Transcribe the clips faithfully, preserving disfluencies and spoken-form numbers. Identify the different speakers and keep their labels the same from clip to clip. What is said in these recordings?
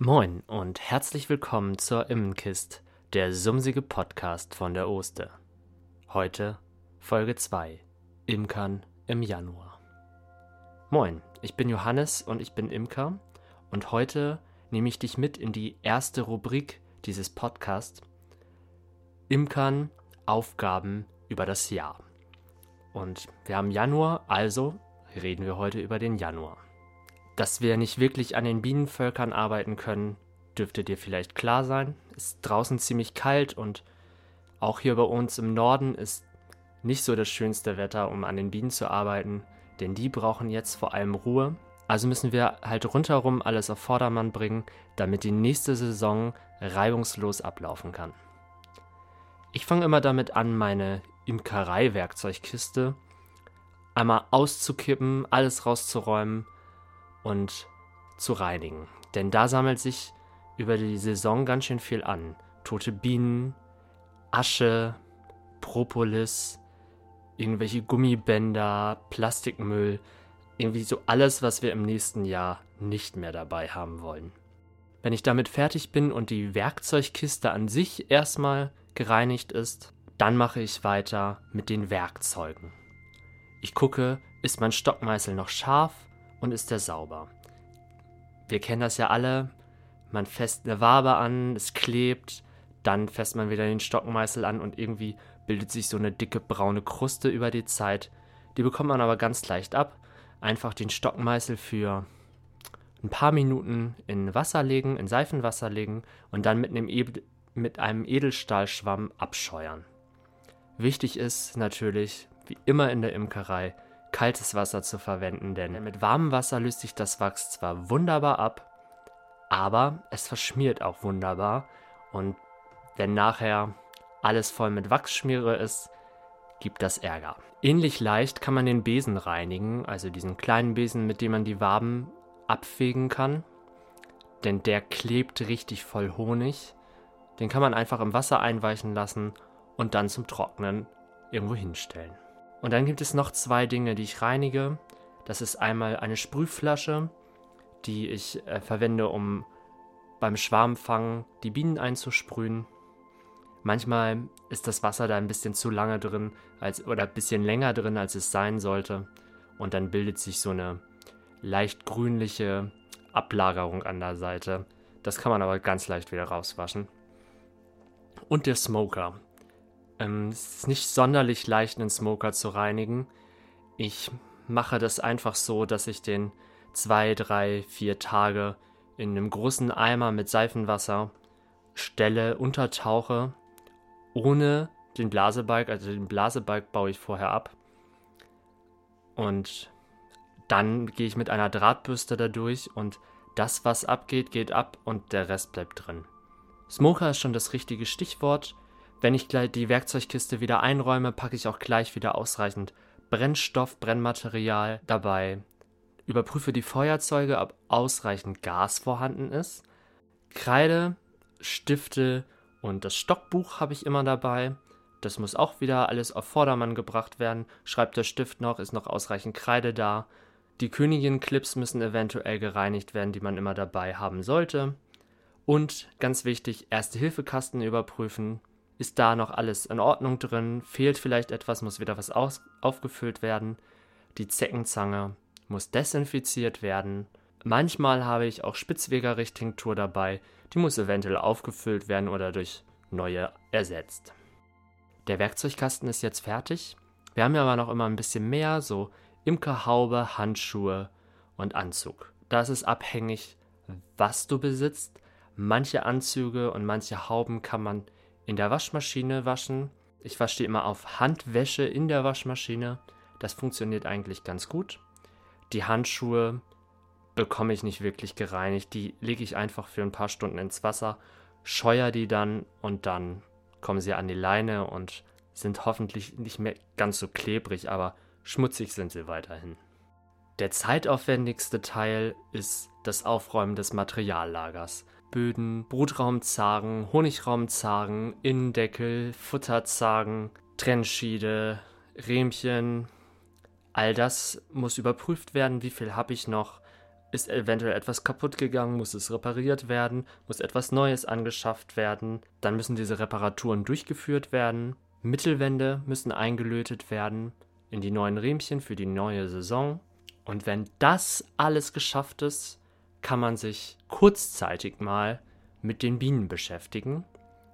Speaker 1: Moin und herzlich willkommen zur Immenkist, der sumsige Podcast von der Oste. Heute Folge zwei, Imkern im Januar. Moin, ich bin Johannes und ich bin Imker und heute nehme ich dich mit in die erste Rubrik dieses Podcasts, Imkern, Aufgaben über das Jahr. Und wir haben Januar, also reden wir heute über den Januar. Dass wir nicht wirklich an den Bienenvölkern arbeiten können, dürfte dir vielleicht klar sein. Es ist draußen ziemlich kalt und auch hier bei uns im Norden ist nicht so das schönste Wetter, um an den Bienen zu arbeiten, denn die brauchen jetzt vor allem Ruhe. Also müssen wir halt rundherum alles auf Vordermann bringen, damit die nächste Saison reibungslos ablaufen kann. Ich fange immer damit an, meine Imkerei-Werkzeugkiste einmal auszukippen, alles rauszuräumen und zu reinigen. Denn da sammelt sich über die Saison ganz schön viel an. Tote Bienen, Asche, Propolis, irgendwelche Gummibänder, Plastikmüll, irgendwie so alles, was wir im nächsten Jahr nicht mehr dabei haben wollen. Wenn ich damit fertig bin und die Werkzeugkiste an sich erstmal gereinigt ist, dann mache ich weiter mit den Werkzeugen. Ich gucke, ist mein Stockmeißel noch scharf und ist der sauber. Wir kennen das ja alle, man fässt eine Wabe an, es klebt, dann fässt man wieder den Stockmeißel an und irgendwie bildet sich so eine dicke braune Kruste über die Zeit. Die bekommt man aber ganz leicht ab. Einfach den Stockmeißel für ein paar Minuten in Wasser legen, in Seifenwasser legen und dann mit einem, Ed- mit einem Edelstahlschwamm abscheuern. Wichtig ist natürlich, wie immer in der Imkerei, kaltes Wasser zu verwenden, denn mit warmem Wasser löst sich das Wachs zwar wunderbar ab, aber es verschmiert auch wunderbar und wenn nachher alles voll mit Wachsschmiere ist, gibt das Ärger. Ähnlich leicht kann man den Besen reinigen, also diesen kleinen Besen, mit dem man die Waben abfegen kann, denn der klebt richtig voll Honig. Den kann man einfach im Wasser einweichen lassen und dann zum Trocknen irgendwo hinstellen. Und dann gibt es noch zwei Dinge, die ich reinige. Das ist einmal eine Sprühflasche, die ich äh, verwende, um beim Schwarmfang die Bienen einzusprühen. Manchmal ist das Wasser da ein bisschen zu lange drin als, oder ein bisschen länger drin, als es sein sollte. Und dann bildet sich so eine leicht grünliche Ablagerung an der Seite. Das kann man aber ganz leicht wieder rauswaschen. Und der Smoker. Es ist nicht sonderlich leicht, einen Smoker zu reinigen. Ich mache das einfach so, dass ich den zwei, drei, vier Tage in einem großen Eimer mit Seifenwasser stelle, untertauche, ohne den Blasebalg, also den Blasebalg baue ich vorher ab. Und dann gehe ich mit einer Drahtbürste da durch und das, was abgeht, geht ab und der Rest bleibt drin. Smoker ist schon das richtige Stichwort. Wenn ich gleich die Werkzeugkiste wieder einräume, packe ich auch gleich wieder ausreichend Brennstoff, Brennmaterial dabei. Überprüfe die Feuerzeuge, ob ausreichend Gas vorhanden ist. Kreide, Stifte und das Stockbuch habe ich immer dabei. Das muss auch wieder alles auf Vordermann gebracht werden. Schreibt der Stift noch, ist noch ausreichend Kreide da. Die Königin-Clips müssen eventuell gereinigt werden, die man immer dabei haben sollte. Und ganz wichtig, Erste-Hilfe-Kasten überprüfen. Ist da noch alles in Ordnung drin? Fehlt vielleicht etwas? Muss wieder was aus- aufgefüllt werden? Die Zeckenzange muss desinfiziert werden. Manchmal habe ich auch Spitzwegerich-Tinktur dabei. Die muss eventuell aufgefüllt werden oder durch neue ersetzt. Der Werkzeugkasten ist jetzt fertig. Wir haben ja aber noch immer ein bisschen mehr, so Imkerhaube, Handschuhe und Anzug. Das ist abhängig, was du besitzt. Manche Anzüge und manche Hauben kann man in der Waschmaschine waschen. Ich wasche die immer auf Handwäsche in der Waschmaschine. Das funktioniert eigentlich ganz gut. Die Handschuhe bekomme ich nicht wirklich gereinigt. Die lege ich einfach für ein paar Stunden ins Wasser, scheuere die dann und dann kommen sie an die Leine und sind hoffentlich nicht mehr ganz so klebrig, aber schmutzig sind sie weiterhin. Der zeitaufwendigste Teil ist das Aufräumen des Materiallagers. Böden, Brutraumzagen, Honigraumzagen, Innendeckel, Futterzagen, Trennschiede, Rähmchen. All das muss überprüft werden, wie viel habe ich noch, ist eventuell etwas kaputt gegangen, muss es repariert werden, muss etwas Neues angeschafft werden. Dann müssen diese Reparaturen durchgeführt werden. Mittelwände müssen eingelötet werden in die neuen Riemchen für die neue Saison. Und wenn das alles geschafft ist, kann man sich kurzzeitig mal mit den Bienen beschäftigen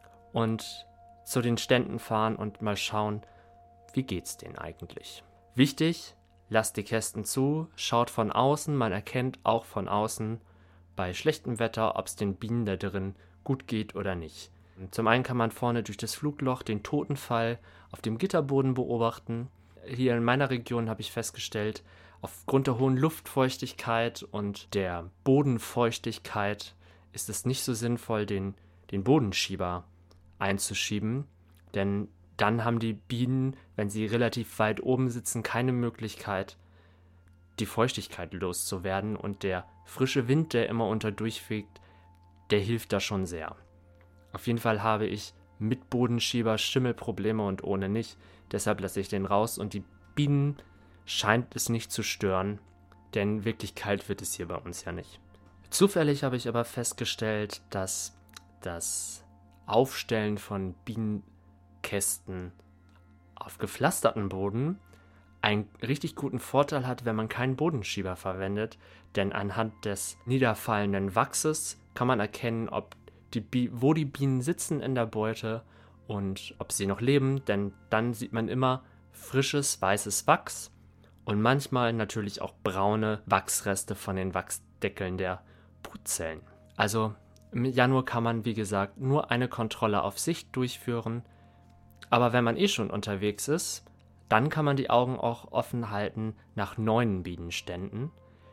Speaker 1: und zu den Ständen fahren und mal schauen, wie geht's denen eigentlich. Wichtig, lasst die Kästen zu, schaut von außen, man erkennt auch von außen bei schlechtem Wetter, ob es den Bienen da drin gut geht oder nicht. Zum einen kann man vorne durch das Flugloch den Totenfall auf dem Gitterboden beobachten. Hier in meiner Region habe ich festgestellt, aufgrund der hohen Luftfeuchtigkeit und der Bodenfeuchtigkeit ist es nicht so sinnvoll, den, den Bodenschieber einzuschieben, denn dann haben die Bienen, wenn sie relativ weit oben sitzen, keine Möglichkeit, die Feuchtigkeit loszuwerden, und der frische Wind, der immer unter durchfegt, der hilft da schon sehr. Auf jeden Fall habe ich mit Bodenschieber Schimmelprobleme und ohne nicht, deshalb lasse ich den raus, und die Bienen scheint es nicht zu stören, denn wirklich kalt wird es hier bei uns ja nicht. Zufällig habe ich aber festgestellt, dass das Aufstellen von Bienenkästen auf gepflasterten Boden einen richtig guten Vorteil hat, wenn man keinen Bodenschieber verwendet, denn anhand des niederfallenden Wachses kann man erkennen, ob die Bi- wo die Bienen sitzen in der Beute und ob sie noch leben, denn dann sieht man immer frisches, weißes Wachs und manchmal natürlich auch braune Wachsreste von den Wachsdeckeln der Brutzellen. Also im Januar kann man, wie gesagt, nur eine Kontrolle auf Sicht durchführen, aber wenn man eh schon unterwegs ist, dann kann man die Augen auch offen halten nach neuen Bienenständen,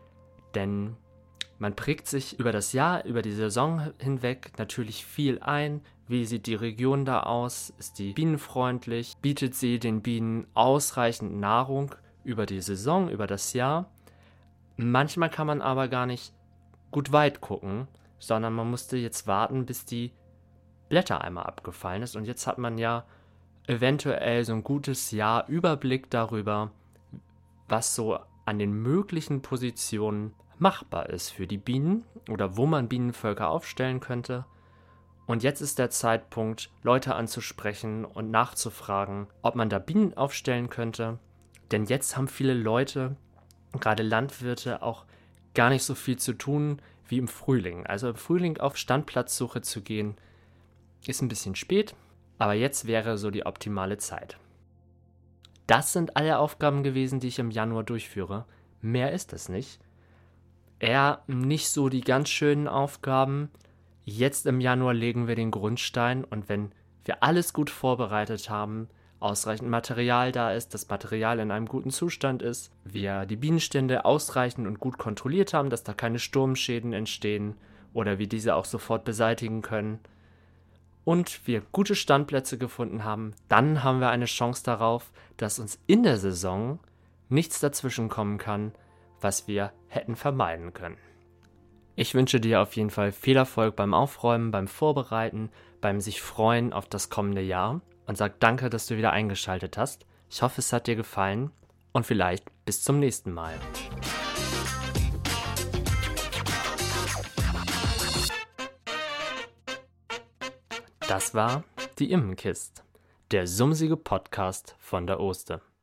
Speaker 1: denn man prägt sich über das Jahr, über die Saison hinweg natürlich viel ein. Wie sieht die Region da aus? Ist die bienenfreundlich? Bietet sie den Bienen ausreichend Nahrung über die Saison, über das Jahr? Manchmal kann man aber gar nicht gut weit gucken, sondern man musste jetzt warten, bis die Blätter einmal abgefallen ist. Und jetzt hat man ja eventuell so ein gutes Jahr Überblick darüber, was so an den möglichen Positionen machbar ist für die Bienen oder wo man Bienenvölker aufstellen könnte. Und jetzt ist der Zeitpunkt, Leute anzusprechen und nachzufragen, ob man da Bienen aufstellen könnte. Denn jetzt haben viele Leute, gerade Landwirte, auch gar nicht so viel zu tun wie im Frühling. Also im Frühling auf Standplatzsuche zu gehen, ist ein bisschen spät, aber jetzt wäre so die optimale Zeit. Das sind alle Aufgaben gewesen, die ich im Januar durchführe. Mehr ist es nicht. Eher nicht so die ganz schönen Aufgaben. Jetzt im Januar legen wir den Grundstein, und wenn wir alles gut vorbereitet haben, ausreichend Material da ist, das Material in einem guten Zustand ist, wir die Bienenstände ausreichend und gut kontrolliert haben, dass da keine Sturmschäden entstehen oder wir diese auch sofort beseitigen können, und wir gute Standplätze gefunden haben, dann haben wir eine Chance darauf, dass uns in der Saison nichts dazwischen kommen kann, was wir hätten vermeiden können. Ich wünsche dir auf jeden Fall viel Erfolg beim Aufräumen, beim Vorbereiten, beim sich freuen auf das kommende Jahr und sag danke, dass du wieder eingeschaltet hast. Ich hoffe, es hat dir gefallen und vielleicht bis zum nächsten Mal. Das war die Immenkist, der sumsige Podcast von der Oste.